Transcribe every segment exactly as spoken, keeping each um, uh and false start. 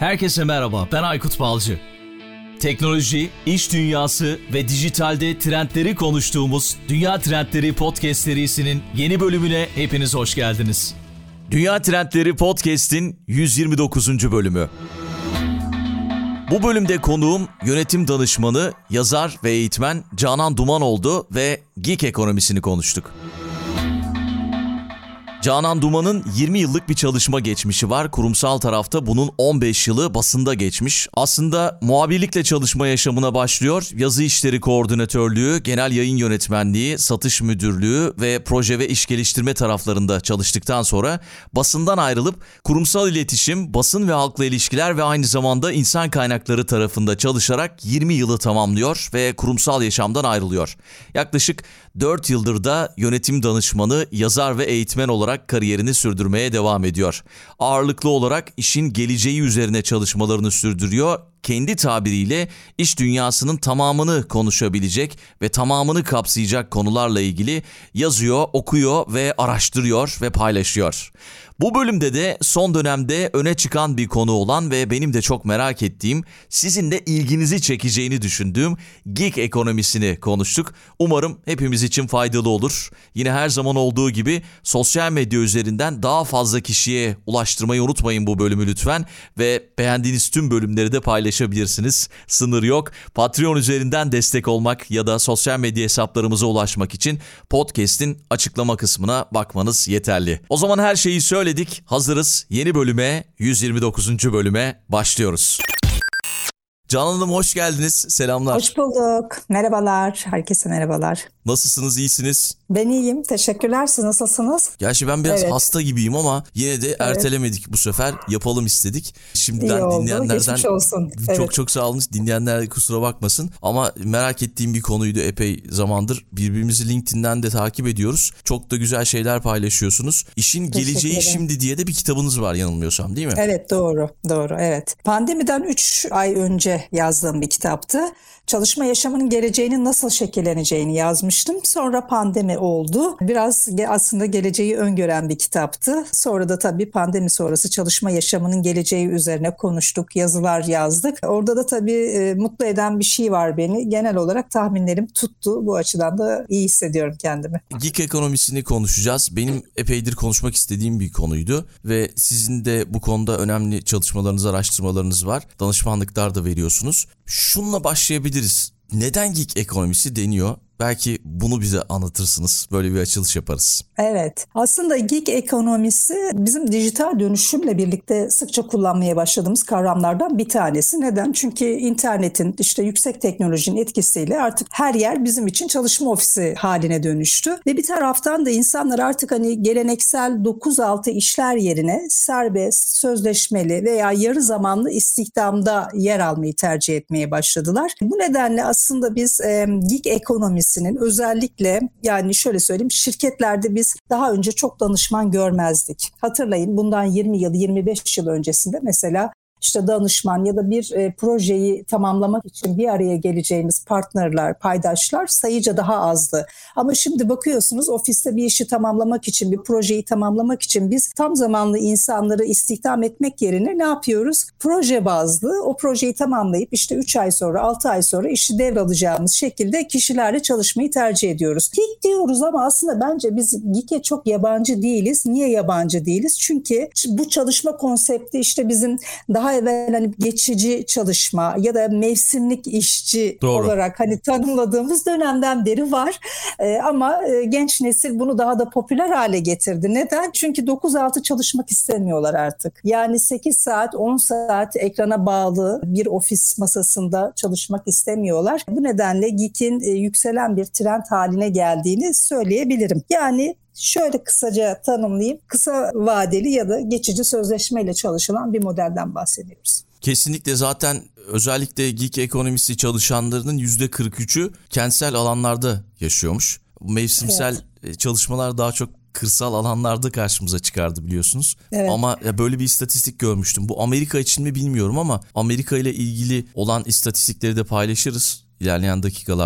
Herkese merhaba, ben Aykut Balcı. Teknoloji, iş dünyası ve dijitalde trendleri konuştuğumuz Dünya Trendleri Podcast serisinin yeni bölümüne hepiniz hoş geldiniz. Dünya Trendleri Podcast'in yüz yirmi dokuzuncu bölümü. Bu bölümde konuğum yönetim danışmanı, yazar ve eğitmen Canan Duman oldu ve gig ekonomisini konuştuk. Canan Duman'ın yirmi yıllık bir çalışma geçmişi var. Kurumsal tarafta bunun on beş yılı basında geçmiş. Aslında muhabirlikle çalışma yaşamına başlıyor. Yazı işleri koordinatörlüğü, genel yayın yönetmenliği, satış müdürlüğü ve proje ve iş geliştirme taraflarında çalıştıktan sonra basından ayrılıp kurumsal iletişim, basın ve halkla ilişkiler ve aynı zamanda insan kaynakları tarafında çalışarak yirmi yılı tamamlıyor ve kurumsal yaşamdan ayrılıyor. Yaklaşık dört yıldır da yönetim danışmanı, yazar ve eğitmen olarak kariyerini sürdürmeye devam ediyor. Ağırlıklı olarak işin geleceği üzerine çalışmalarını sürdürüyor. Kendi tabiriyle iş dünyasının tamamını konuşabilecek ve tamamını kapsayacak konularla ilgili yazıyor, okuyor ve araştırıyor ve paylaşıyor. Bu bölümde de son dönemde öne çıkan bir konu olan ve benim de çok merak ettiğim, sizin de ilginizi çekeceğini düşündüğüm gig ekonomisini konuştuk. Umarım hepimiz için faydalı olur. Yine her zaman olduğu gibi sosyal medya üzerinden daha fazla kişiye ulaştırmayı unutmayın bu bölümü lütfen. Ve beğendiğiniz tüm bölümleri de paylaşabilirsiniz. Sınır yok. Patreon üzerinden destek olmak ya da sosyal medya hesaplarımıza ulaşmak için podcast'in açıklama kısmına bakmanız yeterli. O zaman her şeyi söyledik. Hazırız. Yeni bölüme, yüz yirmi dokuzuncu bölüme başlıyoruz. Canan Hanım hoş geldiniz. Selamlar. Hoş bulduk. Merhabalar. Herkese merhabalar. Nasılsınız? İyisiniz? Ben iyiyim. Teşekkürler. Siz nasılsınız? Gerçi ben biraz evet. hasta gibiyim ama yine de evet. ertelemedik bu sefer. Yapalım istedik. Şimdiden İyi oldu. dinleyenlerden Geçmiş olsun. çok evet. çok sağ olun. Dinleyenler kusura bakmasın. Ama merak ettiğim bir konuydu epey zamandır. Birbirimizi LinkedIn'den de takip ediyoruz. Çok da güzel şeyler paylaşıyorsunuz. İşin Geleceği Şimdi diye de bir kitabınız var yanılmıyorsam, değil mi? Evet, doğru. Doğru, evet. Pandemiden üç ay önce yazdığım bir kitaptı. Çalışma yaşamının geleceğinin nasıl şekilleneceğini yazmıştım. Sonra pandemi oldu. Biraz aslında geleceği öngören bir kitaptı. Sonra da tabii pandemi sonrası çalışma yaşamının geleceği üzerine konuştuk, yazılar yazdık. Orada da tabii e, mutlu eden bir şey var beni. Genel olarak tahminlerim tuttu. Bu açıdan da iyi hissediyorum kendimi. Gig ekonomisini konuşacağız. Benim epeydir konuşmak istediğim bir konuydu ve sizin de bu konuda önemli çalışmalarınız, araştırmalarınız var. Danışmanlıklar da veriyorsunuz. Şununla başlayabiliriz. Neden gig ekonomisi deniyor? Belki bunu bize anlatırsınız. Böyle bir açılış yaparız. Evet. Aslında gig ekonomisi bizim dijital dönüşümle birlikte sıkça kullanmaya başladığımız kavramlardan bir tanesi. Neden? Çünkü internetin, işte yüksek teknolojinin etkisiyle artık her yer bizim için çalışma ofisi haline dönüştü. Ve bir taraftan da insanlar artık hani geleneksel dokuz altı işler yerine serbest, sözleşmeli veya yarı zamanlı istihdamda yer almayı tercih etmeye başladılar. Bu nedenle aslında biz e, gig ekonomisi özellikle, yani şöyle söyleyeyim, şirketlerde biz daha önce çok danışman görmezdik. Hatırlayın, bundan yirmi yıl, yirmi beş yıl öncesinde mesela işte danışman ya da bir e, projeyi tamamlamak için bir araya geleceğimiz partnerler, paydaşlar sayıca daha azdı. Ama şimdi bakıyorsunuz, ofiste bir işi tamamlamak için, bir projeyi tamamlamak için biz tam zamanlı insanları istihdam etmek yerine ne yapıyoruz? Proje bazlı o projeyi tamamlayıp işte üç ay sonra, altı ay sonra işi devralacağımız şekilde kişilerle çalışmayı tercih ediyoruz. Gig diyoruz ama aslında bence biz gig'e çok yabancı değiliz. Niye yabancı değiliz? Çünkü bu çalışma konsepti işte bizim daha evvel hani geçici çalışma ya da mevsimlik işçi Doğru. olarak hani tanımladığımız dönemden beri var. Ee, ama e, genç nesil bunu daha da popüler hale getirdi. Neden? Çünkü dokuz altı çalışmak istemiyorlar artık. Yani sekiz saat, on saat ekrana bağlı bir ofis masasında çalışmak istemiyorlar. Bu nedenle gig'in e, yükselen bir trend haline geldiğini söyleyebilirim. Yani şöyle kısaca tanımlayayım. Kısa vadeli ya da geçici sözleşmeyle çalışılan bir modelden bahsediyoruz. Kesinlikle, zaten özellikle gig ekonomisi çalışanlarının yüzde kırk üçü kentsel alanlarda yaşıyormuş. Mevsimsel evet. çalışmalar daha çok kırsal alanlarda karşımıza çıkardı biliyorsunuz. Evet. Ama böyle bir istatistik görmüştüm. Bu Amerika için mi bilmiyorum ama Amerika ile ilgili olan istatistikleri de paylaşırız ilerleyen dakikalarda.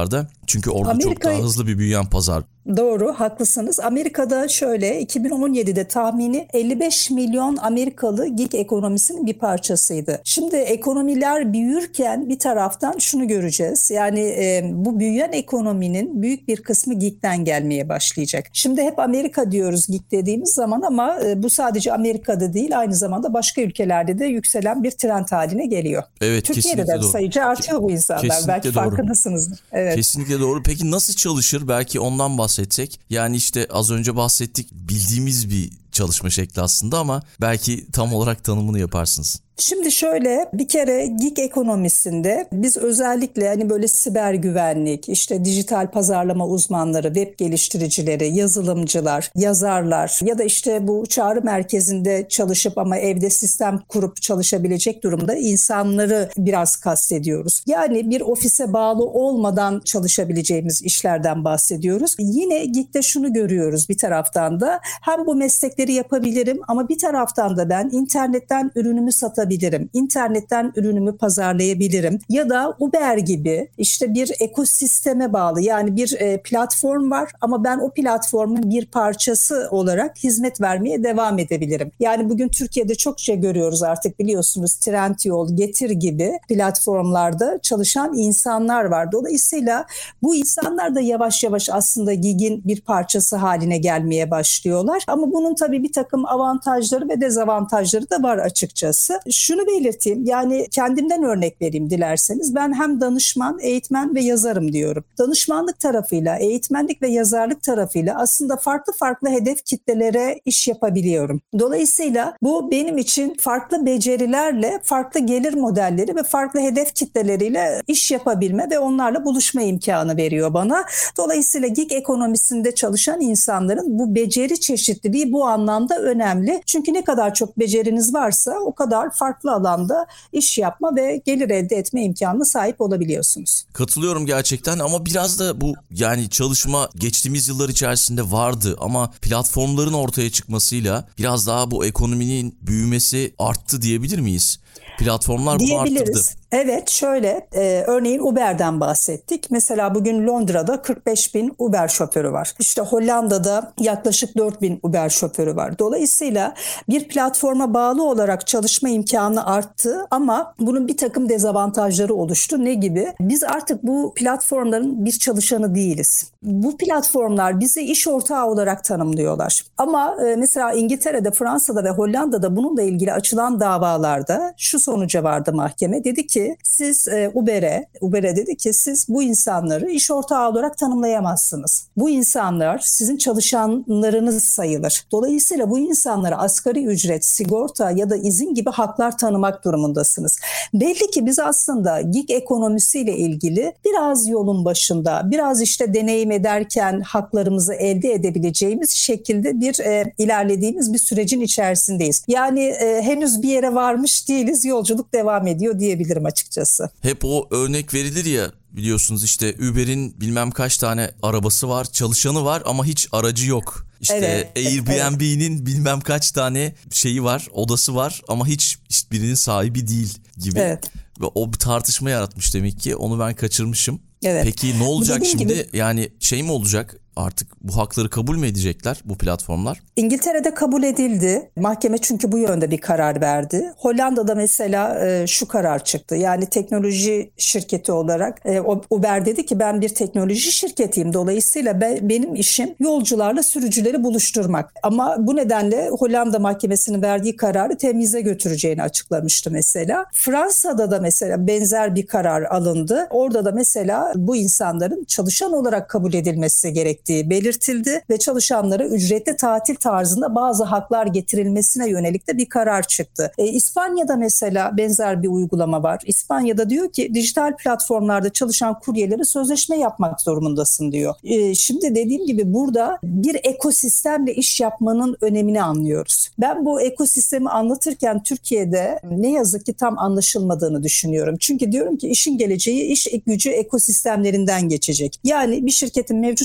Çünkü orada Amerika... çok daha hızlı bir büyüyen pazar. Doğru, haklısınız. Amerika'da şöyle iki bin on yedide tahmini elli beş milyon Amerikalı gig ekonomisinin bir parçasıydı. Şimdi ekonomiler büyürken bir taraftan şunu göreceğiz. Yani e, bu büyüyen ekonominin büyük bir kısmı gig'den gelmeye başlayacak. Şimdi hep Amerika diyoruz gig dediğimiz zaman ama e, bu sadece Amerika'da değil, aynı zamanda başka ülkelerde de yükselen bir trend haline geliyor. Evet, Türkiye'de de doğru. sayıca artıyor bu insanlar. Kesinlikle Belki doğru. farkındasınızdır. Evet. Kesinlikle doğru. Peki nasıl çalışır? Belki ondan bahsetsek. Yani işte az önce bahsettik, bildiğimiz bir çalışma şekli aslında ama belki tam olarak tanımını yaparsınız. Şimdi şöyle, bir kere gig ekonomisinde biz özellikle hani böyle siber güvenlik, işte dijital pazarlama uzmanları, web geliştiricileri, yazılımcılar, yazarlar ya da işte bu çağrı merkezinde çalışıp ama evde sistem kurup çalışabilecek durumda insanları biraz kastediyoruz. Yani bir ofise bağlı olmadan çalışabileceğimiz işlerden bahsediyoruz. Yine gig'de şunu görüyoruz bir taraftan da, hem bu meslekleri yapabilirim ama bir taraftan da ben internetten ürünümü satabilirim. İnternetten ürünümü pazarlayabilirim. Ya da Uber gibi işte bir ekosisteme bağlı, yani bir e, platform var ama ben o platformun bir parçası olarak hizmet vermeye devam edebilirim. Yani bugün Türkiye'de çokça görüyoruz artık, biliyorsunuz, Trendyol, Getir gibi platformlarda çalışan insanlar var. Dolayısıyla bu insanlar da yavaş yavaş aslında gig'in bir parçası haline gelmeye başlıyorlar. Ama bunun tabii bir takım avantajları ve dezavantajları da var açıkçası. Şunu belirteyim, yani kendimden örnek vereyim dilerseniz. Ben hem danışman, eğitmen ve yazarım diyorum. Danışmanlık tarafıyla, eğitmenlik ve yazarlık tarafıyla aslında farklı farklı hedef kitlelere iş yapabiliyorum. Dolayısıyla bu benim için farklı becerilerle, farklı gelir modelleri ve farklı hedef kitleleriyle iş yapabilme ve onlarla buluşma imkanı veriyor bana. Dolayısıyla gig ekonomisinde çalışan insanların bu beceri çeşitliliği bu anlamda önemli. Çünkü ne kadar çok beceriniz varsa o kadar farklı alanda iş yapma ve gelir elde etme imkanına sahip olabiliyorsunuz. Katılıyorum gerçekten ama biraz da bu, yani çalışma geçtiğimiz yıllar içerisinde vardı ama platformların ortaya çıkmasıyla biraz daha bu ekonominin büyümesi arttı diyebilir miyiz? Platformlar bunu arttırdı. Evet, şöyle e, örneğin Uber'den bahsettik. Mesela bugün Londra'da kırk beş bin Uber şoförü var. İşte Hollanda'da yaklaşık dört bin Uber şoförü var. Dolayısıyla bir platforma bağlı olarak çalışma imkanı arttı ama bunun bir takım dezavantajları oluştu. Ne gibi? Biz artık bu platformların bir çalışanı değiliz. Bu platformlar bizi iş ortağı olarak tanımlıyorlar. Ama e, mesela İngiltere'de, Fransa'da ve Hollanda'da bununla ilgili açılan davalarda şu sonuca vardı mahkeme. Dedi ki siz e, Uber'e, Uber'e dedi ki siz bu insanları iş ortağı olarak tanımlayamazsınız. Bu insanlar sizin çalışanlarınız sayılır. Dolayısıyla bu insanlara asgari ücret, sigorta ya da izin gibi haklar tanımak durumundasınız. Belli ki biz aslında gig ekonomisiyle ilgili biraz yolun başında, biraz işte deneyim ederken haklarımızı elde edebileceğimiz şekilde bir e, ilerlediğimiz bir sürecin içerisindeyiz. Yani e, henüz bir yere varmış değiliz, yolculuk devam ediyor diyebilirim açıkçası. Hep o örnek verilir ya, biliyorsunuz işte Uber'in bilmem kaç tane arabası var, çalışanı var ama hiç aracı yok. İşte evet, Airbnb'nin evet. bilmem kaç tane şeyi var, odası var ama hiç işte birinin sahibi değil gibi. Evet. Ve o bir tartışma yaratmış demek ki, onu ben kaçırmışım. Evet. Peki ne olacak Dediğim şimdi? gibi, yani şey mi olacak? Artık bu hakları kabul mü edecekler bu platformlar? İngiltere'de kabul edildi. Mahkeme çünkü bu yönde bir karar verdi. Hollanda'da mesela e, şu karar çıktı. Yani teknoloji şirketi olarak e, Uber dedi ki ben bir teknoloji şirketiyim. Dolayısıyla ben, benim işim yolcularla sürücüleri buluşturmak. Ama bu nedenle Hollanda mahkemesinin verdiği kararı temyize götüreceğini açıklamıştı mesela. Fransa'da da mesela benzer bir karar alındı. Orada da mesela bu insanların çalışan olarak kabul edilmesi gerektiği belirtildi ve çalışanlara ücretli tatil tarzında bazı haklar getirilmesine yönelik de bir karar çıktı. E, İspanya'da mesela benzer bir uygulama var. İspanya'da diyor ki dijital platformlarda çalışan kuryelere sözleşme yapmak zorundasın diyor. E, şimdi dediğim gibi burada bir ekosistemle iş yapmanın önemini anlıyoruz. Ben bu ekosistemi anlatırken Türkiye'de ne yazık ki tam anlaşılmadığını düşünüyorum. Çünkü diyorum ki işin geleceği iş gücü ekosistemlerinden geçecek. Yani bir şirketin mevcut çalışan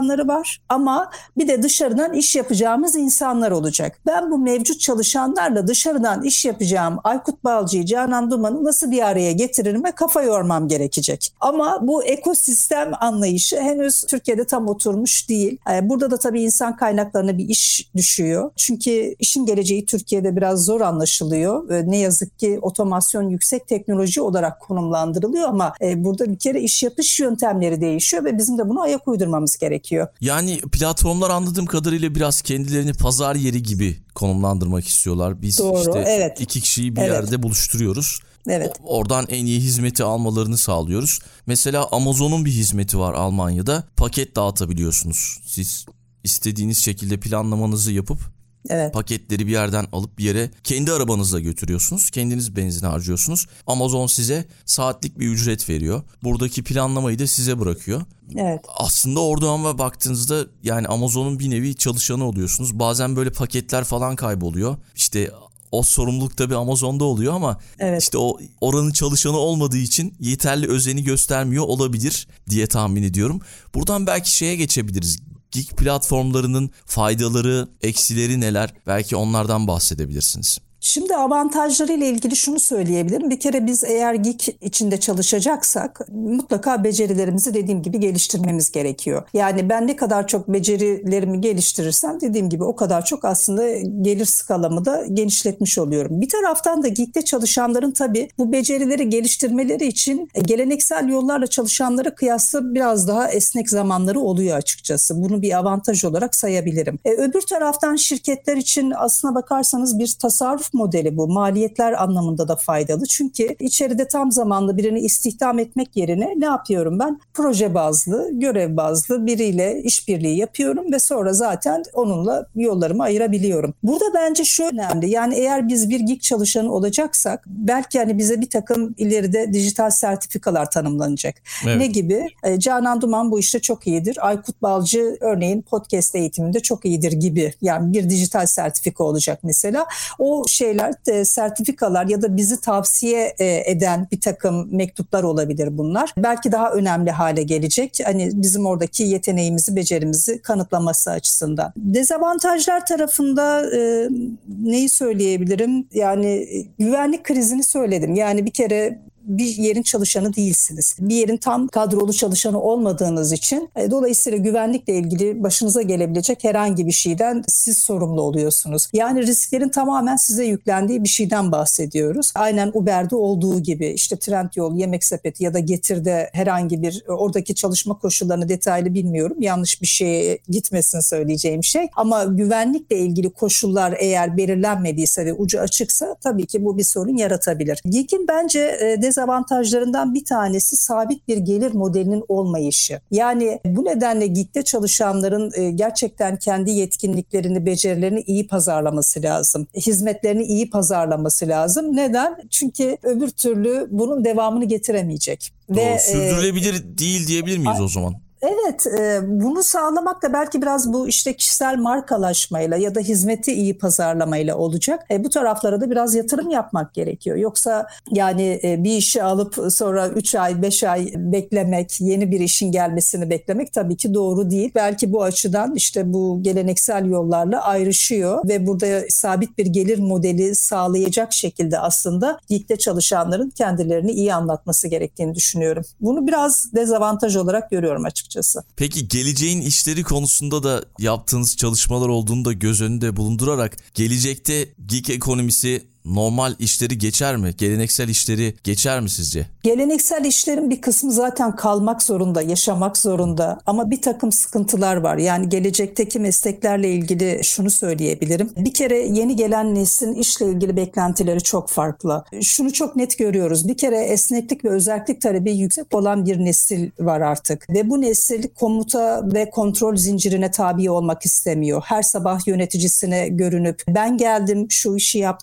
çalışanları var ama bir de dışarıdan iş yapacağımız insanlar olacak. Ben bu mevcut çalışanlarla dışarıdan iş yapacağım Aykut Balcı'yı, Canan Duman'ı nasıl bir araya getiririm ve kafa yormam gerekecek. Ama bu ekosistem anlayışı henüz Türkiye'de tam oturmuş değil. Burada da tabii insan kaynaklarına bir iş düşüyor. Çünkü işin geleceği Türkiye'de biraz zor anlaşılıyor. Ne yazık ki otomasyon yüksek teknoloji olarak konumlandırılıyor ama burada bir kere iş yapış yöntemleri değişiyor ve bizim de buna ayak uydurmamız gerekiyor. Yani platformlar anladığım kadarıyla biraz kendilerini pazar yeri gibi konumlandırmak istiyorlar. Biz Doğru, işte evet. iki kişiyi bir evet. yerde buluşturuyoruz. Evet. Oradan en iyi hizmeti almalarını sağlıyoruz. Mesela Amazon'un bir hizmeti var Almanya'da. Paket dağıtabiliyorsunuz. Siz istediğiniz şekilde planlamanızı yapıp evet. paketleri bir yerden alıp bir yere kendi arabanızla götürüyorsunuz. Kendiniz benzin harcıyorsunuz. Amazon size saatlik bir ücret veriyor. Buradaki planlamayı da size bırakıyor. Evet. Aslında orada ama baktığınızda yani Amazon'un bir nevi çalışanı oluyorsunuz. Bazen böyle paketler falan kayboluyor. İşte o sorumluluk tabii Amazon'da oluyor ama evet. işte o oranın çalışanı olmadığı için yeterli özeni göstermiyor olabilir diye tahmin ediyorum. Buradan belki şeye geçebiliriz. Gig platformlarının faydaları, eksileri neler? Belki onlardan bahsedebilirsiniz. Şimdi avantajlarıyla ilgili şunu söyleyebilirim. Bir kere biz eğer gig içinde çalışacaksak mutlaka becerilerimizi dediğim gibi geliştirmemiz gerekiyor. Yani ben ne kadar çok becerilerimi geliştirirsem dediğim gibi o kadar çok aslında gelir skalamı da genişletmiş oluyorum. Bir taraftan da gig'de çalışanların tabii bu becerileri geliştirmeleri için geleneksel yollarla çalışanlara kıyasla biraz daha esnek zamanları oluyor açıkçası. Bunu bir avantaj olarak sayabilirim. E, öbür taraftan şirketler için aslına bakarsanız bir tasarruf modeli bu. Maliyetler anlamında da faydalı. Çünkü içeride tam zamanlı birini istihdam etmek yerine ne yapıyorum ben? Proje bazlı, görev bazlı biriyle işbirliği yapıyorum ve sonra zaten onunla yollarımı ayırabiliyorum. Burada bence şu önemli. Yani eğer biz bir gig çalışanı olacaksak belki hani bize bir takım ileride dijital sertifikalar tanımlanacak. Evet. Ne gibi? E, Canan Duman bu işte çok iyidir. Aykut Balcı örneğin podcast eğitiminde çok iyidir gibi. Yani bir dijital sertifika olacak mesela. O şeyler, e, sertifikalar ya da bizi tavsiye e, eden bir takım mektuplar olabilir bunlar. Belki daha önemli hale gelecek. Hani bizim oradaki yeteneğimizi, becerimizi kanıtlaması açısından. Dezavantajlar tarafında e, neyi söyleyebilirim? Yani e, güvenlik krizini söyledim. Yani bir kere bir yerin çalışanı değilsiniz. Bir yerin tam kadrolu çalışanı olmadığınız için e, dolayısıyla güvenlikle ilgili başınıza gelebilecek herhangi bir şeyden siz sorumlu oluyorsunuz. Yani risklerin tamamen size yüklendiği bir şeyden bahsediyoruz. Aynen Uber'de olduğu gibi işte Trendyol, Yemek Sepeti ya da Getir'de herhangi bir oradaki çalışma koşullarını detaylı bilmiyorum. Yanlış bir şeye gitmesin söyleyeceğim şey. Ama güvenlikle ilgili koşullar eğer belirlenmediyse ve ucu açıksa tabii ki bu bir sorun yaratabilir. Gig'in bence e, dezavantajlarından bir tanesi sabit bir gelir modelinin olmayışı. Yani bu nedenle gig'de çalışanların gerçekten kendi yetkinliklerini, becerilerini iyi pazarlaması lazım. Hizmetlerini iyi pazarlaması lazım. Neden? Çünkü öbür türlü bunun devamını getiremeyecek. Doğru, Ve sürdürülebilir e, değil diyebilir miyiz a- o zaman? Evet, e, bunu sağlamak da belki biraz bu işte kişisel markalaşmayla ya da hizmeti iyi pazarlamayla olacak. E, bu taraflara da biraz yatırım yapmak gerekiyor. Yoksa yani e, bir işi alıp sonra üç ay, beş ay beklemek, yeni bir işin gelmesini beklemek tabii ki doğru değil. Belki bu açıdan işte bu geleneksel yollarla ayrışıyor ve burada sabit bir gelir modeli sağlayacak şekilde aslında gig'de çalışanların kendilerini iyi anlatması gerektiğini düşünüyorum. Bunu biraz dezavantaj olarak görüyorum açıkçası. Peki geleceğin işleri konusunda da yaptığınız çalışmalar olduğunu da göz önünde bulundurarak gelecekte gig ekonomisi normal işleri geçer mi? Geleneksel işleri geçer mi sizce? Geleneksel işlerin bir kısmı zaten kalmak zorunda, yaşamak zorunda ama bir takım sıkıntılar var. Yani gelecekteki mesleklerle ilgili şunu söyleyebilirim. Bir kere yeni gelen neslin işle ilgili beklentileri çok farklı. Şunu çok net görüyoruz. Bir kere esneklik ve özellik talebi yüksek olan bir nesil var artık. Ve bu nesil komuta ve kontrol zincirine tabi olmak istemiyor. Her sabah yöneticisine görünüp ben geldim, şu işi yaptım, şunu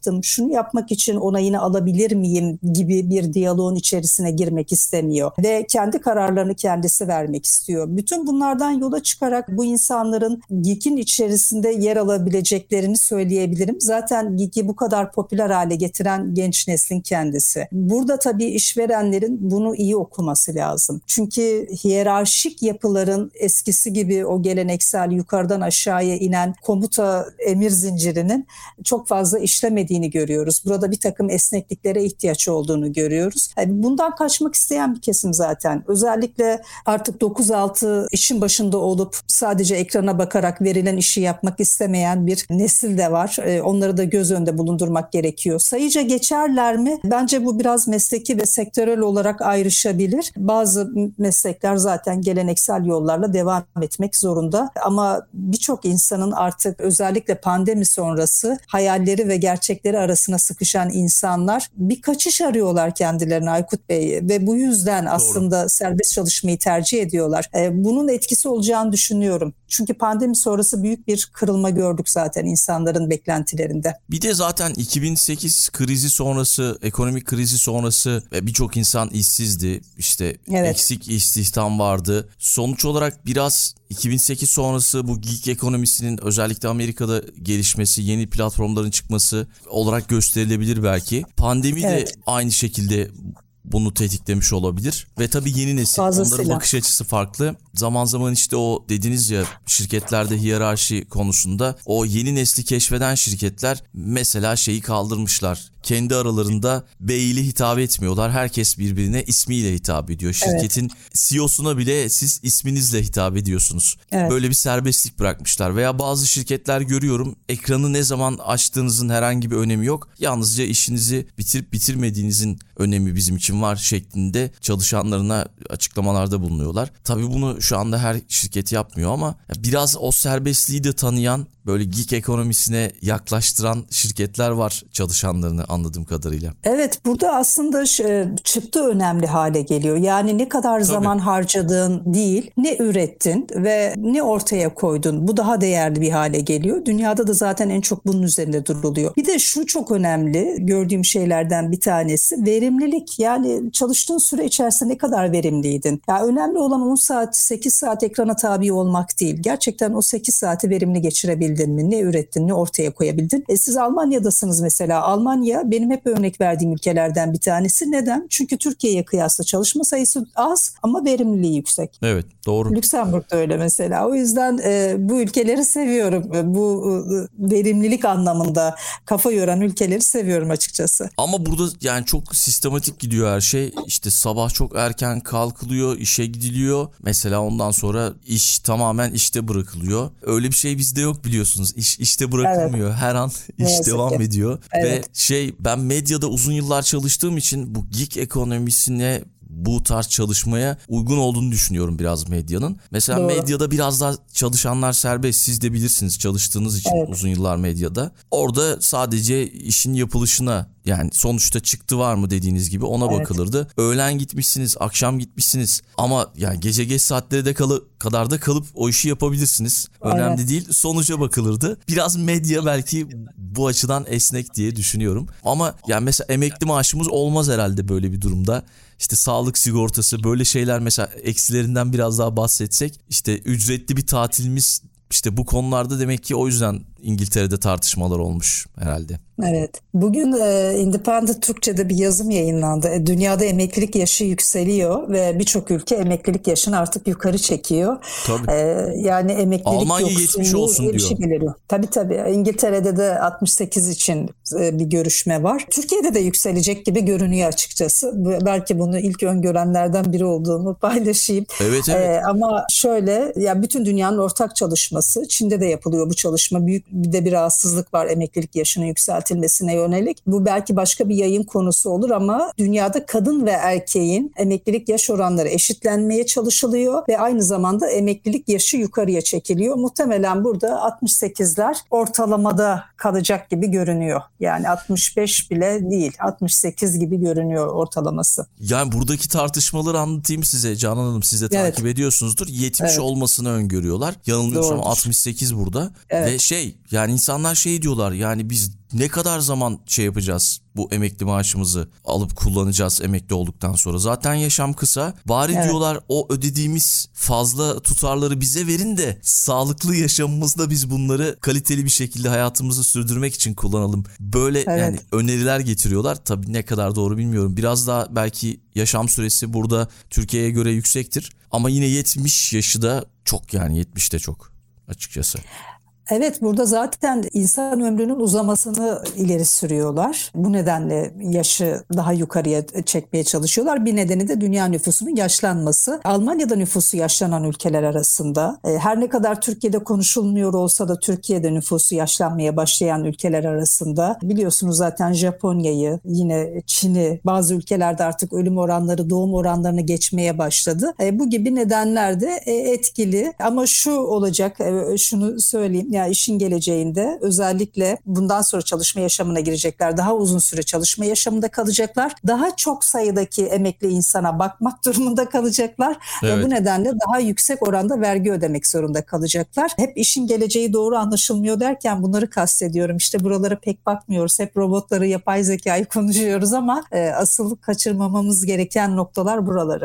yorum yapmak için onayını alabilir miyim gibi bir diyaloğun içerisine girmek istemiyor ve kendi kararlarını kendisi vermek istiyor. Bütün bunlardan yola çıkarak bu insanların geekin içerisinde yer alabileceklerini söyleyebilirim. Zaten geeki bu kadar popüler hale getiren genç neslin kendisi. Burada tabii işverenlerin bunu iyi okuması lazım. Çünkü hiyerarşik yapıların eskisi gibi o geleneksel yukarıdan aşağıya inen komuta emir zincirinin çok fazla işlemediğini görüyoruz. Burada bir takım esnekliklere ihtiyaç olduğunu görüyoruz. Yani bundan kaçmak isteyen bir kesim zaten. Özellikle artık dokuz altı işin başında olup sadece ekrana bakarak verilen işi yapmak istemeyen bir nesil de var. Onları da göz önünde bulundurmak gerekiyor. Sayıca geçerler mi? Bence bu biraz mesleki ve sektörel olarak ayrışabilir. Bazı meslekler zaten geleneksel yollarla devam etmek zorunda. Ama birçok insanın artık özellikle pandemi sonrası hayalleri ve gerçekleri arasına sıkışan insanlar bir kaçış arıyorlar kendilerine Aykut Bey ve bu yüzden Doğru. aslında serbest çalışmayı tercih ediyorlar. Bunun etkisi olacağını düşünüyorum. Çünkü pandemi sonrası büyük bir kırılma gördük zaten insanların beklentilerinde. Bir de zaten iki bin sekiz krizi sonrası, ekonomik krizi sonrası birçok insan işsizdi. İşte evet. eksik istihdam vardı. Sonuç olarak biraz iki bin sekiz sonrası bu geek ekonomisinin özellikle Amerika'da gelişmesi, yeni platformların çıkması olarak gösterilebilir belki. Pandemi evet. de aynı şekilde bunu tetiklemiş olabilir ve tabii yeni nesil Fazlasıyla. Onların bakış açısı farklı. Zaman zaman işte o dediniz ya şirketlerde hiyerarşi konusunda o yeni nesli keşfeden şirketler mesela şeyi kaldırmışlar. Kendi aralarında beyli hitap etmiyorlar. Herkes birbirine ismiyle hitap ediyor. Şirketin evet. C E O'suna bile siz isminizle hitap ediyorsunuz. Evet. Böyle bir serbestlik bırakmışlar. Veya bazı şirketler görüyorum ekranı ne zaman açtığınızın herhangi bir önemi yok. Yalnızca işinizi bitirip bitirmediğinizin önemi bizim için var şeklinde çalışanlarına açıklamalarda bulunuyorlar. Tabii bunu şu anda her şirket yapmıyor ama biraz o serbestliği de tanıyan, böyle geek ekonomisine yaklaştıran şirketler var çalışanlarını anladığım kadarıyla. Evet, burada aslında çıktı önemli hale geliyor. Yani ne kadar Tabii. zaman harcadığın değil, ne ürettin ve ne ortaya koydun. Bu daha değerli bir hale geliyor. Dünyada da zaten en çok bunun üzerinde duruluyor. Bir de şu çok önemli gördüğüm şeylerden bir tanesi verimlilik. Yani çalıştığın süre içerisinde ne kadar verimliydin? Ya önemli olan on saat, sekiz saat ekrana tabi olmak değil. Gerçekten o sekiz saati verimli geçirebildin mi? Ne ürettin, ne ortaya koyabildin? E siz Almanya'dasınız mesela. Almanya benim hep örnek verdiğim ülkelerden bir tanesi. Neden? Çünkü Türkiye'ye kıyasla çalışma sayısı az ama verimliliği yüksek. Evet, doğru. Lüksemburg da öyle mesela. O yüzden e, bu ülkeleri seviyorum. Bu e, verimlilik anlamında kafa yoran ülkeleri seviyorum açıkçası. Ama burada yani çok sistematik gidiyor her şey. İşte sabah çok erken kalkılıyor, işe gidiliyor. Mesela ondan sonra iş tamamen işte bırakılıyor. Öyle bir şey bizde yok biliyorsunuz. İş işte bırakılmıyor. Evet. Her an iş Neyse devam ki. ediyor. Evet. Ve şey ben medyada uzun yıllar çalıştığım için bu geek ekonomisine bu tarz çalışmaya uygun olduğunu düşünüyorum biraz medyanın. Mesela Doğru. medyada biraz daha çalışanlar serbest. Siz de bilirsiniz çalıştığınız için evet. uzun yıllar medyada. Orada sadece işin yapılışına yani sonuçta çıktı var mı dediğiniz gibi ona evet. bakılırdı. Öğlen gitmişsiniz, akşam gitmişsiniz ama yani gece geç saatlere de kalı, kadar da kalıp o işi yapabilirsiniz. Önemli evet. değil. Sonuca bakılırdı. Biraz medya belki bu açıdan esnek diye düşünüyorum. Ama yani mesela emekli maaşımız olmaz herhalde böyle bir durumda. İşte sağlık sigortası böyle şeyler mesela eksilerinden biraz daha bahsetsek işte ücretli bir tatilimiz işte bu konularda demek ki o yüzden İngiltere'de tartışmalar olmuş herhalde. Evet. Bugün e, Independent Türkçe'de bir yazım yayınlandı. E, dünyada emeklilik yaşı yükseliyor ve birçok ülke emeklilik yaşını artık yukarı çekiyor. Tabii. E, yani emeklilik Almanya yetmiş olsun diyor. Şey beliriyor. Tabii tabii. İngiltere'de de altmış sekiz için e, bir görüşme var. Türkiye'de de yükselecek gibi görünüyor açıkçası. Belki bunu ilk öngörenlerden biri olduğumu paylaşayım. Evet evet. E, ama şöyle ya bütün dünyanın ortak çalışması. Çin'de de yapılıyor bu çalışma. Büyük bir de bir rahatsızlık var emeklilik yaşını yükseltilmesine yönelik. Bu belki başka bir yayın konusu olur ama dünyada kadın ve erkeğin emeklilik yaş oranları eşitlenmeye çalışılıyor ve aynı zamanda emeklilik yaşı yukarıya çekiliyor. Muhtemelen burada altmış sekizler ortalamada kalacak gibi görünüyor. Yani altmış beş bile değil, altmış sekiz gibi görünüyor ortalaması. Yani buradaki tartışmaları anlatayım size Canan Hanım, siz de evet. takip ediyorsunuzdur. yetmiş evet. olmasını öngörüyorlar. Yanılmıyorsam altmış sekiz burada evet. ve şey yani insanlar şey diyorlar yani biz ne kadar zaman şey yapacağız, bu emekli maaşımızı alıp kullanacağız emekli olduktan sonra? Zaten yaşam kısa. Bari evet. diyorlar o ödediğimiz fazla tutarları bize verin de sağlıklı yaşamımızda biz bunları kaliteli bir şekilde hayatımızı sürdürmek için kullanalım. Böyle evet. yani öneriler getiriyorlar. Tabii ne kadar doğru bilmiyorum. Biraz daha belki yaşam süresi burada Türkiye'ye göre yüksektir. Ama yine yetmiş yaşı da çok, yani yetmiş de çok açıkçası. Evet, burada zaten insan ömrünün uzamasını ileri sürüyorlar. Bu nedenle yaşı daha yukarıya çekmeye çalışıyorlar. Bir nedeni de dünya nüfusunun yaşlanması. Almanya'da nüfusu yaşlanan ülkeler arasında. Her ne kadar Türkiye'de konuşulmuyor olsa da Türkiye'de nüfusu yaşlanmaya başlayan ülkeler arasında. Biliyorsunuz zaten Japonya'yı, yine Çin'i, bazı ülkelerde artık ölüm oranları doğum oranlarını geçmeye başladı. Bu gibi nedenler de etkili. Ama şu olacak, şunu söyleyeyim. Yani işin geleceğinde özellikle bundan sonra çalışma yaşamına girecekler. Daha uzun süre çalışma yaşamında kalacaklar. Daha çok sayıdaki emekli insana bakmak durumunda kalacaklar. Evet. Ve bu nedenle daha yüksek oranda vergi ödemek zorunda kalacaklar. Hep işin geleceği doğru anlaşılmıyor derken bunları kastediyorum. İşte buralara pek bakmıyoruz. Hep robotları, yapay zekayı konuşuyoruz ama e, asıl kaçırmamamız gereken noktalar buraları.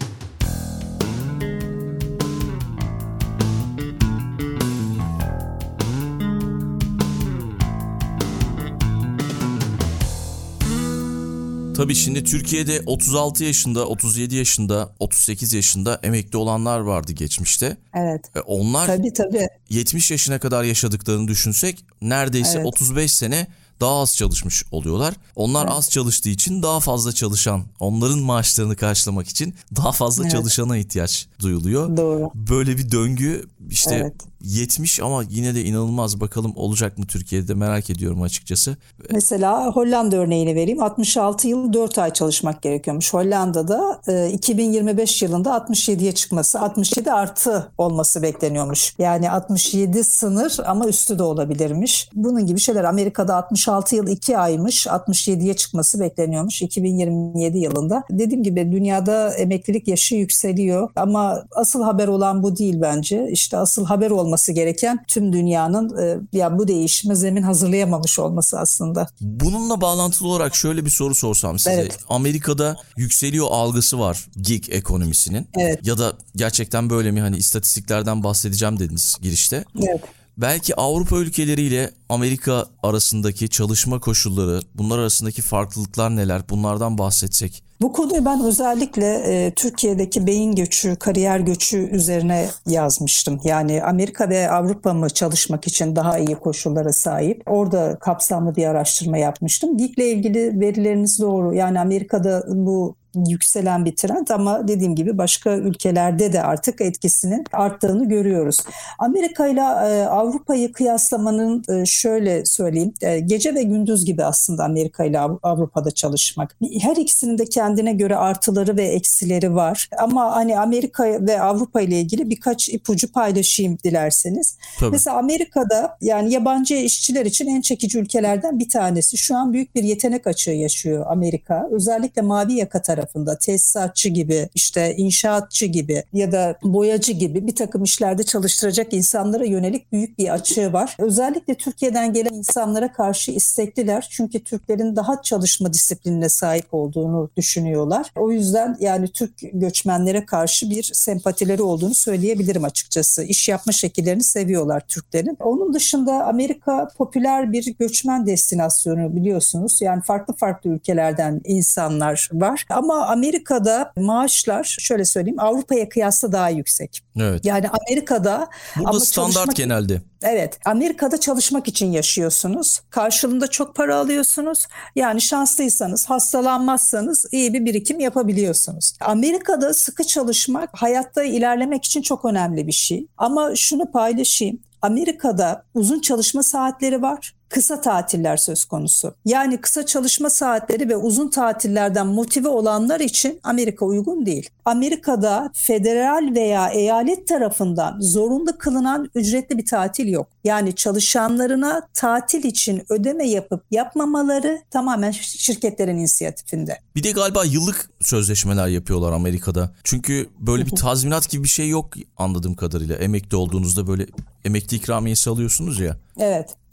Tabii şimdi Türkiye'de otuz altı yaşında, otuz yedi yaşında, otuz sekiz yaşında emekli olanlar vardı geçmişte. Evet. Onlar tabii, tabii. yetmiş yaşına kadar yaşadıklarını düşünsek neredeyse evet. otuz beş sene daha az çalışmış oluyorlar. Onlar evet. az çalıştığı için daha fazla çalışan, onların maaşlarını karşılamak için daha fazla evet. çalışana ihtiyaç duyuluyor. Doğru. Böyle bir döngü işte evet. yetmiş ama yine de inanılmaz. Bakalım olacak mı Türkiye'de, merak ediyorum açıkçası. Mesela Hollanda örneğini vereyim. altmış altı yıl dört ay çalışmak gerekiyormuş. Hollanda'da e, iki bin yirmi beş yılında altmış yediye çıkması, altmış yedi artı olması bekleniyormuş. Yani altmış yedi sınır ama üstü de olabilirmiş. Bunun gibi şeyler. Amerika'da altmış altı yıl iki aymış, altmış yediye çıkması bekleniyormuş iki bin yirmi yedi yılında. Dediğim gibi dünyada emeklilik yaşı yükseliyor ama asıl haber olan bu değil bence. İşte asıl haber olması gereken tüm dünyanın e, ya bu değişime zemin hazırlayamamış olması aslında. Bununla bağlantılı olarak şöyle bir soru sorsam size. Evet. Amerika'da yükseliyor algısı var gig ekonomisinin. Evet. Ya da gerçekten böyle mi, hani istatistiklerden bahsedeceğim dediniz girişte. Evet. Belki Avrupa ülkeleriyle Amerika arasındaki çalışma koşulları, bunlar arasındaki farklılıklar neler? Bunlardan bahsetsek. Bu konuyu ben özellikle e, Türkiye'deki beyin göçü, kariyer göçü üzerine yazmıştım. Yani Amerika ve Avrupa mı çalışmak için daha iyi koşullara sahip? Orada kapsamlı bir araştırma yapmıştım. Gig'le ilgili verileriniz doğru. Yani Amerika'da bu yükselen bir trend ama dediğim gibi başka ülkelerde de artık etkisinin arttığını görüyoruz. Amerika ile Avrupa'yı kıyaslamanın e, şöyle söyleyeyim, e, gece ve gündüz gibi aslında Amerika ile Avrupa'da çalışmak. Her ikisinin de kendine göre artıları ve eksileri var. Ama hani Amerika ve Avrupa ile ilgili birkaç ipucu paylaşayım dilerseniz. Tabii. Mesela Amerika'da yani yabancı işçiler için en çekici ülkelerden bir tanesi. Şu an büyük bir yetenek açığı yaşıyor Amerika. Özellikle mavi yaka tarafı. tarafında tesisatçı gibi, işte inşaatçı gibi ya da boyacı gibi bir takım işlerde çalıştıracak insanlara yönelik büyük bir açığı var. Özellikle Türkiye'den gelen insanlara karşı istekliler. Çünkü Türklerin daha çalışma disiplinine sahip olduğunu düşünüyorlar. O yüzden yani Türk göçmenlere karşı bir sempatileri olduğunu söyleyebilirim açıkçası. İş yapma şekillerini seviyorlar Türklerin. Onun dışında Amerika popüler bir göçmen destinasyonu biliyorsunuz. Yani farklı farklı ülkelerden insanlar var. Ama Amerika'da maaşlar şöyle söyleyeyim Avrupa'ya kıyasla daha yüksek. Evet. Yani Amerika'da burada ama standart çalışmak, genelde. Evet, Amerika'da çalışmak için yaşıyorsunuz. Karşılığında çok para alıyorsunuz. Yani şanslıysanız, hastalanmazsanız iyi bir birikim yapabiliyorsunuz. Amerika'da sıkı çalışmak hayatta ilerlemek için çok önemli bir şey. Ama şunu paylaşayım. Amerika'da uzun çalışma saatleri var. Kısa tatiller söz konusu. Yani kısa çalışma saatleri ve uzun tatillerden motive olanlar için Amerika uygun değil. Amerika'da federal veya eyalet tarafından zorunlu kılınan ücretli bir tatil yok. Yani çalışanlarına tatil için ödeme yapıp yapmamaları tamamen şirketlerin inisiyatifinde. Bir de galiba yıllık sözleşmeler yapıyorlar Amerika'da. Çünkü böyle bir tazminat gibi bir şey yok anladığım kadarıyla. Emekli olduğunuzda böyle emekli ikramiyesi alıyorsunuz ya. Evet.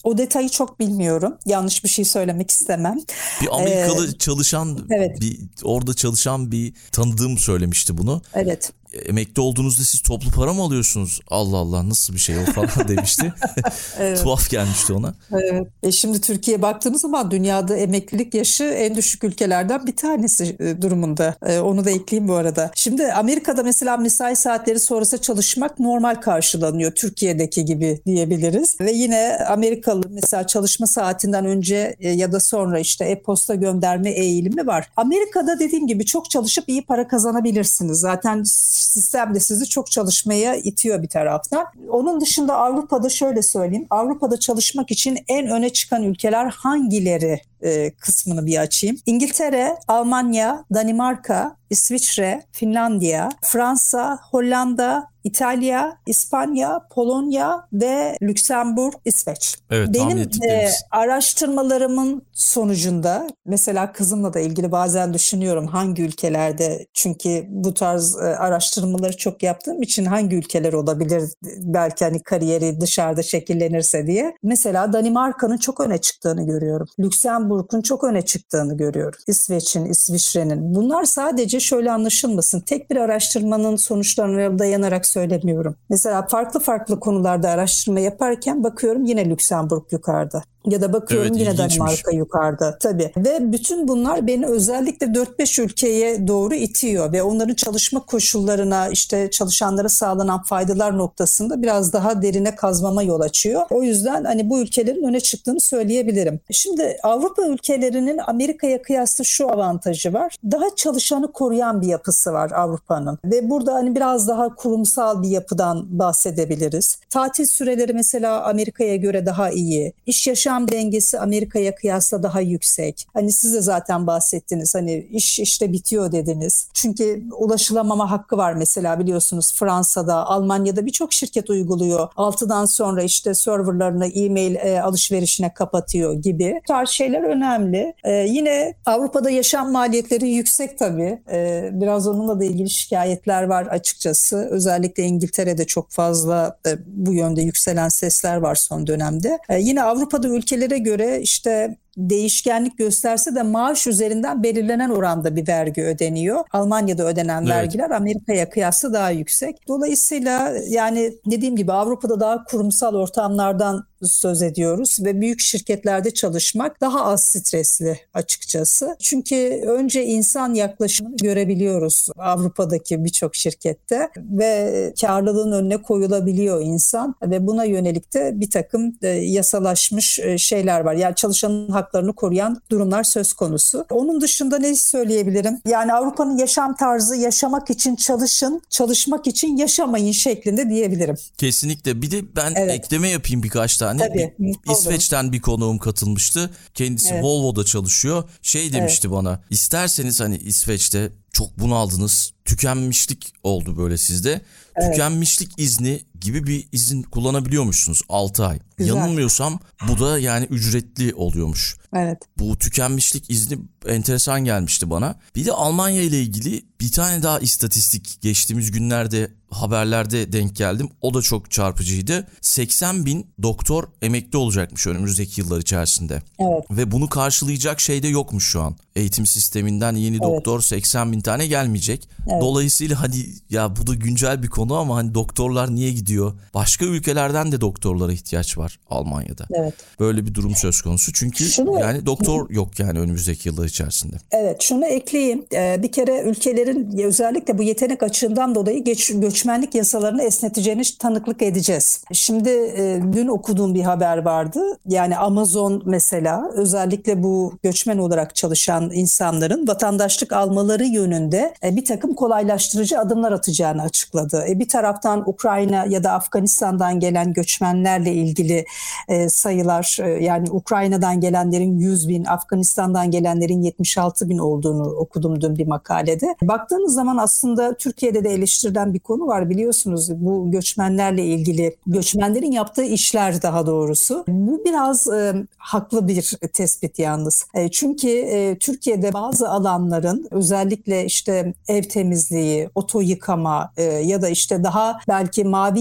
O detayı çok bilmiyorum. Yanlış bir şey söylemek istemem. Bir Amerikalı Ee, çalışan, evet. bir orada çalışan bir tanıdığım söylemişti bunu. Evet. Emekli olduğunuzda siz toplu para mı alıyorsunuz? Allah Allah, nasıl bir şey o falan demişti. Evet. Tuhaf gelmişti ona. Evet. E şimdi Türkiye'ye baktığımız zaman dünyada emeklilik yaşı en düşük ülkelerden bir tanesi e, durumunda. E, onu da ekleyeyim bu arada. Şimdi Amerika'da mesela mesai saatleri sonrası çalışmak normal karşılanıyor. Türkiye'deki gibi diyebiliriz. Ve yine Amerikalı mesela çalışma saatinden önce e, ya da sonra işte e-posta gönderme eğilimi var. Amerika'da dediğim gibi çok çalışıp iyi para kazanabilirsiniz. Zaten sistem de sizi çok çalışmaya itiyor bir taraftan. Onun dışında Avrupa'da şöyle söyleyeyim. Avrupa'da çalışmak için en öne çıkan ülkeler hangileri e, kısmını bir açayım. İngiltere, Almanya, Danimarka, İsviçre, Finlandiya, Fransa, Hollanda, İtalya, İspanya, Polonya ve Lüksemburg, İsveç. Evet, tahmin Benim e, ettiklerimiz. araştırmalarımın sonucunda mesela kızımla da ilgili bazen düşünüyorum hangi ülkelerde, çünkü bu tarz e, araştırmaları çok yaptığım için hangi ülkeler olabilir belki hani kariyeri dışarıda şekillenirse diye. Mesela Danimarka'nın çok öne çıktığını görüyorum. Lüksemburg'un çok öne çıktığını görüyorum. İsveç'in, İsviçre'nin. Bunlar sadece şöyle anlaşılmasın. Tek bir araştırmanın sonuçlarına dayanarak söylemiyorum. Mesela farklı farklı konularda araştırma yaparken bakıyorum yine Lüksemburg yukarıda. Ya da bakıyorum Evet, yine ilginçmiş. Danimarka yukarıda. Tabii. Ve bütün bunlar beni özellikle dört beş ülkeye doğru itiyor ve onların çalışma koşullarına, işte çalışanlara sağlanan faydalar noktasında biraz daha derine kazmama yol açıyor. O yüzden hani bu ülkelerin öne çıktığını söyleyebilirim. Şimdi Avrupa ülkelerinin Amerika'ya kıyasla şu avantajı var. Daha çalışanı koruyan bir yapısı var Avrupa'nın. Ve burada hani biraz daha kurumsal bir yapıdan bahsedebiliriz. Tatil süreleri mesela Amerika'ya göre daha iyi. İş yaşam dengesi Amerika'ya kıyasla daha yüksek. Hani siz de zaten bahsettiniz. Hani iş işte bitiyor dediniz. Çünkü ulaşılamama hakkı var mesela, biliyorsunuz Fransa'da, Almanya'da birçok şirket uyguluyor. altıdan sonra işte serverlarını e-mail e, alışverişine kapatıyor gibi. Bu tarz şeyler önemli. E, yine Avrupa'da yaşam maliyetleri yüksek tabii. E, biraz onunla da ilgili şikayetler var açıkçası. Özellikle İngiltere'de çok fazla e, bu yönde yükselen sesler var son dönemde. E, yine Avrupa'da ülkelere göre işte değişkenlik gösterse de maaş üzerinden belirlenen oranda bir vergi ödeniyor. Almanya'da ödenen Evet. vergiler Amerika'ya kıyasla daha yüksek. Dolayısıyla yani dediğim gibi Avrupa'da daha kurumsal ortamlardan söz ediyoruz ve büyük şirketlerde çalışmak daha az stresli açıkçası. Çünkü önce insan yaklaşımını görebiliyoruz Avrupa'daki birçok şirkette ve karlılığın önüne koyulabiliyor insan ve buna yönelik de bir takım e, yasalaşmış e, şeyler var. Yani çalışanın haklarını koruyan durumlar söz konusu. Onun dışında ne söyleyebilirim? Yani Avrupa'nın yaşam tarzı yaşamak için çalışın, çalışmak için yaşamayın şeklinde diyebilirim. Kesinlikle. Bir de ben Evet. ekleme yapayım birkaç tane. Tabii. Bir, İsveç'ten bir konuğum katılmıştı. Kendisi Evet. Volvo'da çalışıyor. Şey demişti bana. İsterseniz hani İsveç'te çok bunaldınız. Tükenmişlik oldu böyle sizde. Evet. Tükenmişlik izni gibi bir izin kullanabiliyormuşsunuz altı ay. Güzel. Yanılmıyorsam bu da yani ücretli oluyormuş. Evet. Bu tükenmişlik izni enteresan gelmişti bana. Bir de Almanya ile ilgili bir tane daha istatistik geçtiğimiz günlerde haberlerde denk geldim. O da çok çarpıcıydı. seksen bin doktor emekli olacakmış önümüzdeki yıllar içerisinde. Evet. Ve bunu karşılayacak şey de yokmuş şu an. Eğitim sisteminden yeni Evet. doktor seksen bin tane gelmeyecek. Evet. Dolayısıyla hani ya bu da güncel bir konu ama hani doktorlar niye gidiyor? Başka ülkelerden de doktorlara ihtiyaç var Almanya'da. Evet. Böyle bir durum söz konusu. Çünkü Şunu- yani doktor yok yani önümüzdeki yıllar içerisinde. Evet, şunu ekleyeyim. Ee, bir kere ülkelerin özellikle bu yetenek açığından dolayı geç, göçmenlik yasalarını esneteceğini tanıklık edeceğiz. Şimdi e, dün okuduğum bir haber vardı. Yani Amazon mesela özellikle bu göçmen olarak çalışan insanların vatandaşlık almaları yönünde e, bir takım kolaylaştırıcı adımlar atacağını açıkladı. E, bir taraftan Ukrayna ya da Afganistan'dan gelen göçmenlerle ilgili e, sayılar, e, yani Ukrayna'dan gelenlerin yüz bin, Afganistan'dan gelenlerin yetmiş altı bin olduğunu okudum dün bir makalede. Baktığınız zaman aslında Türkiye'de de eleştirilen bir konu var, biliyorsunuz bu göçmenlerle ilgili, göçmenlerin yaptığı işler daha doğrusu. Bu biraz e, haklı bir tespit yalnız. E, çünkü e, Türkiye'de bazı alanların özellikle işte ev temizliği, oto yıkama e, ya da işte daha belki mavi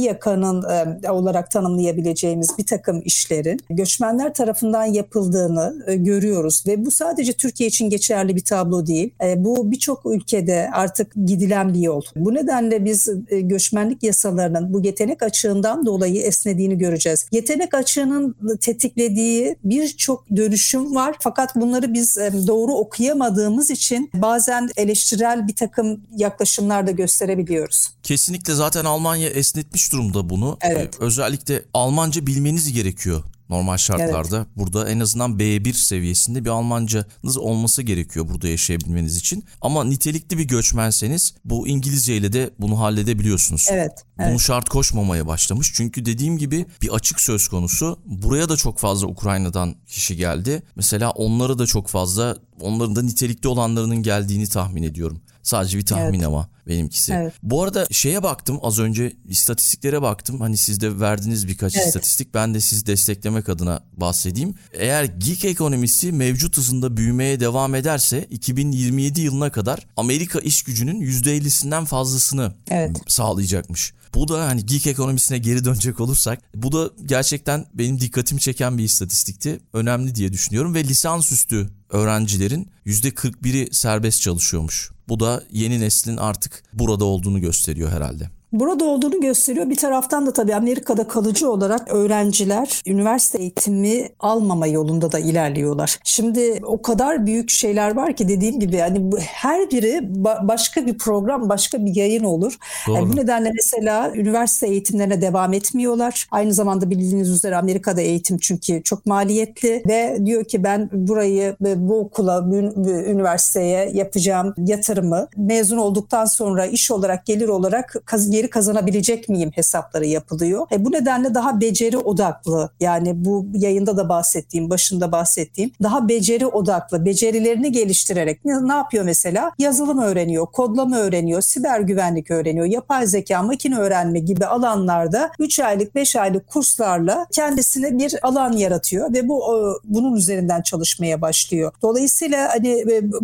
yakanın e, olarak tanımlayabileceğimiz bir takım işlerin göçmenler tarafından yapıldığını e, görüyoruz ve bu sadece Türkiye için geçerli bir tablo değil. E, bu birçok ülkede artık gidilen bir yol. Bu nedenle biz e, göçmenlik yasalarının bu yetenek açığından dolayı esnediğini göreceğiz. Yetenek açığının tetiklediği birçok dönüşüm var. Fakat bunları biz e, doğru okuyamadığımız için bazen eleştirel bir takım yaklaşımlar da gösterebiliyoruz. Kesinlikle, zaten Almanya esnetmiş durumda bunu. Evet. Ee, özellikle Almanca bilmeniz gerekiyor. Normal şartlarda evet. Burada en azından B bir seviyesinde bir Almancanız olması gerekiyor burada yaşayabilmeniz için. Ama nitelikli bir göçmenseniz bu İngilizce ile de bunu halledebiliyorsunuz. Evet, Bunu evet. şart koşmamaya başlamış. Çünkü dediğim gibi bir açık söz konusu. Buraya da çok fazla Ukrayna'dan kişi geldi. Mesela onlara da çok fazla, onların da nitelikli olanlarının geldiğini tahmin ediyorum. Sadece bir tahmin evet. ama benimkisi. Evet. Bu arada şeye baktım, az önce istatistiklere baktım. Hani siz de verdiniz birkaç evet. istatistik. Ben de sizi desteklemek adına bahsedeyim. Eğer gig ekonomisi mevcut hızında büyümeye devam ederse iki bin yirmi yedi yılına kadar Amerika iş gücünün yüzde ellisinden fazlasını evet. sağlayacakmış. Bu da hani gig ekonomisine geri dönecek olursak, bu da gerçekten benim dikkatimi çeken bir istatistikti. Önemli diye düşünüyorum ve lisansüstü öğrencilerin yüzde kırk biri serbest çalışıyormuş. Bu da yeni neslin artık burada olduğunu gösteriyor herhalde. Burada olduğunu gösteriyor. Bir taraftan da tabii Amerika'da kalıcı olarak öğrenciler üniversite eğitimi almama yolunda da ilerliyorlar. Şimdi o kadar büyük şeyler var ki dediğim gibi yani her biri ba- başka bir program, başka bir yayın olur. Yani bu nedenle mesela üniversite eğitimlerine devam etmiyorlar. Aynı zamanda bildiğiniz üzere Amerika'da eğitim çünkü çok maliyetli ve diyor ki ben burayı bu okula, bu üniversiteye yapacağım yatırımı mezun olduktan sonra iş olarak, gelir olarak kaz- geri kazanabilecek miyim hesapları yapılıyor. E bu nedenle daha beceri odaklı, yani bu yayında da bahsettiğim, başında bahsettiğim daha beceri odaklı, becerilerini geliştirerek ne, ne yapıyor mesela? Yazılım öğreniyor, kodlama öğreniyor, siber güvenlik öğreniyor, yapay zeka, makine öğrenme gibi alanlarda üç aylık, beş aylık kurslarla kendisine bir alan yaratıyor ve bu bunun üzerinden çalışmaya başlıyor. Dolayısıyla hani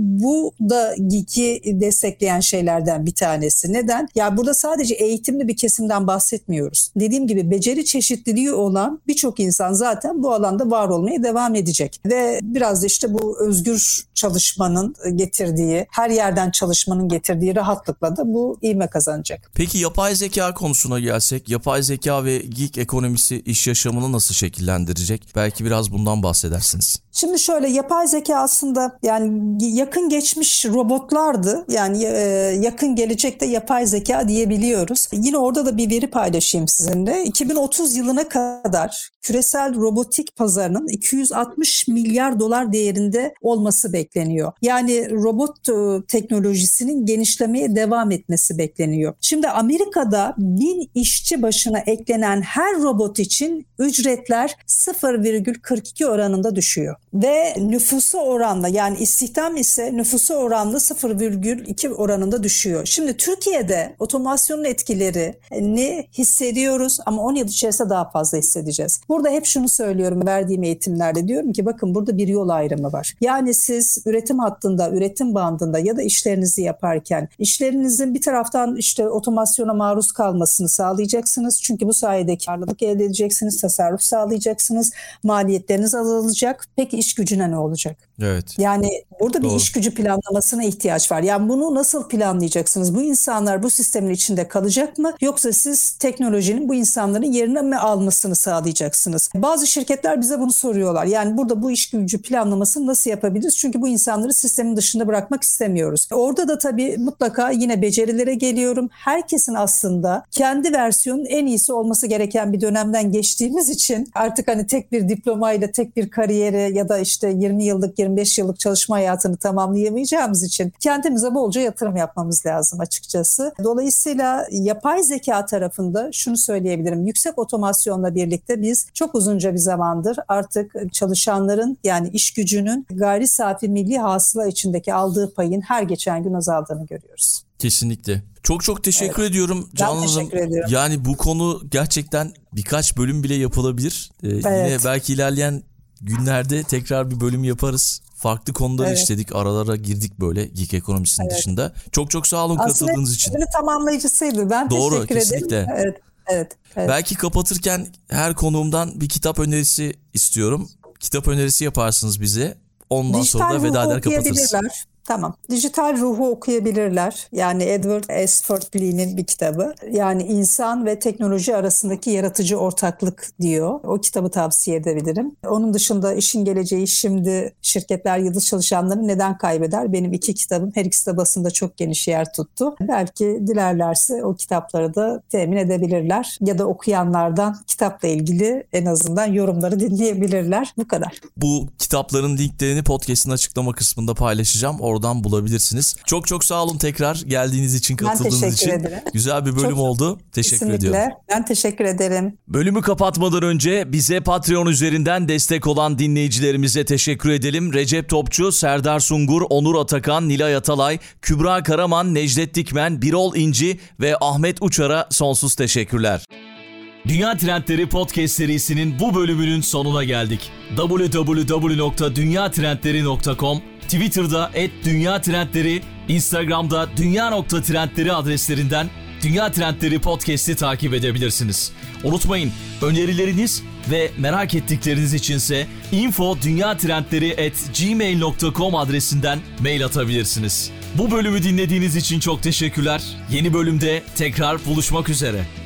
bu da gig'i destekleyen şeylerden bir tanesi. Neden? Ya burada sadece eğitimli bir kesimden bahsetmiyoruz. Dediğim gibi beceri çeşitliliği olan birçok insan zaten bu alanda var olmaya devam edecek. Ve biraz da işte bu özgür çalışmanın getirdiği, her yerden çalışmanın getirdiği rahatlıkla da bu ivme kazanacak. Peki yapay zeka konusuna gelsek, yapay zeka ve gig ekonomisi iş yaşamını nasıl şekillendirecek? Belki biraz bundan bahsedersiniz. Şimdi şöyle, yapay zeka aslında yani yakın geçmiş robotlardı. Yani yakın gelecekte yapay zeka diyebiliyoruz. Yine orada da bir veri paylaşayım sizinle. iki bin otuz yılına kadar küresel robotik pazarının iki yüz altmış milyar dolar değerinde olması bekleniyor. Yani robot teknolojisinin genişlemeye devam etmesi bekleniyor. Şimdi Amerika'da bin işçi başına eklenen her robot için ücretler sıfır virgül kırk iki oranında düşüyor. Ve nüfusu oranla, yani istihdam ise nüfusu oranla sıfır virgül iki oranında düşüyor. Şimdi Türkiye'de otomasyonun etkilerini hissediyoruz ama on yıl içerisinde daha fazla hissedeceğiz. Burada hep şunu söylüyorum verdiğim eğitimlerde, diyorum ki bakın burada bir yol ayrımı var. Yani siz üretim hattında, üretim bandında ya da işlerinizi yaparken işlerinizin bir taraftan işte otomasyona maruz kalmasını sağlayacaksınız. Çünkü bu sayede karlılık elde edeceksiniz, tasarruf sağlayacaksınız, maliyetleriniz azalacak. Peki iş gücüne ne olacak? Evet. Yani burada Doğru. bir iş gücü planlamasına ihtiyaç var. Yani bunu nasıl planlayacaksınız? Bu insanlar bu sistemin içinde kalacak mı? Yoksa siz teknolojinin bu insanların yerine mi almasını sağlayacaksınız? Bazı şirketler bize bunu soruyorlar. Yani burada bu iş gücü planlamasını nasıl yapabiliriz? Çünkü bu insanları sistemin dışında bırakmak istemiyoruz. Orada da tabii mutlaka yine becerilere geliyorum. Herkesin aslında kendi versiyonun en iyisi olması gereken bir dönemden geçtiğimiz için artık hani tek bir diplomayla tek bir kariyeri ya da işte yirmi yıllık, yirmi beş yıllık çalışma hayatını tamamlayamayacağımız için kendimize bolca yatırım yapmamız lazım açıkçası. Dolayısıyla yapay zeka tarafında şunu söyleyebilirim. Yüksek otomasyonla birlikte biz çok uzunca bir zamandır artık çalışanların, yani iş gücünün gayri safi milli hasıla içindeki aldığı payın her geçen gün azaldığını görüyoruz. Kesinlikle. Çok çok teşekkür evet. ediyorum Canan Hanım. Ben teşekkür ediyorum. Yani bu konu gerçekten birkaç bölüm bile yapılabilir. Ee, evet. Yine belki ilerleyen günlerde tekrar bir bölüm yaparız. Farklı konuları evet. işledik. Aralara girdik böyle gig ekonomisinin evet. dışında. Çok çok sağ olun aslında katıldığınız için. Aslında tamamlayıcısıydı. Ben Doğru, teşekkür kesinlikle. ederim. Evet. Evet, evet. Belki kapatırken her konuğumdan bir kitap önerisi istiyorum. Kitap önerisi yaparsınız bize. Ondan Dijital sonra da veda Ruhu eder kapatırız. okuyabilirler. Tamam. Dijital Ruhu okuyabilirler. Yani Edward Ashford Lee'nin bir kitabı. Yani insan ve teknoloji arasındaki yaratıcı ortaklık diyor. O kitabı tavsiye edebilirim. Onun dışında işin geleceği şimdi şirketler yıldız çalışanlarını neden kaybeder? Benim iki kitabım her ikisi de basında çok geniş yer tuttu. Belki dilerlerse o kitapları da temin edebilirler. Ya da okuyanlardan kitapla ilgili en azından yorumları dinleyebilirler. Bu kadar. Bu kitapların linklerini podcast'ın açıklama kısmında paylaşacağım. Oradan bulabilirsiniz. Çok çok sağ olun tekrar geldiğiniz için, katıldığınız için. ederim. Güzel bir bölüm çok, oldu. Teşekkür kesinlikle. ediyorum. Ben teşekkür ederim. Bölümü kapatmadan önce bize Patreon üzerinden destek olan dinleyicilerimize teşekkür edelim. Recep Topçu, Serdar Sungur, Onur Atakan, Nilay Atalay, Kübra Karaman, Necdet Dikmen, Birol İnci ve Ahmet Uçar'a sonsuz teşekkürler. Dünya Trendleri Podcast serisinin bu bölümünün sonuna geldik. double-u double-u double-u nokta dünya trendleri nokta com, Twitter'da et dünya trendleri, Instagram'da dünya nokta trendleri adreslerinden Dünya Trendleri Podcast'i takip edebilirsiniz. Unutmayın, önerileriniz ve merak ettikleriniz içinse info dünya trendleri at gmail nokta com adresinden mail atabilirsiniz. Bu bölümü dinlediğiniz için çok teşekkürler. Yeni bölümde tekrar buluşmak üzere.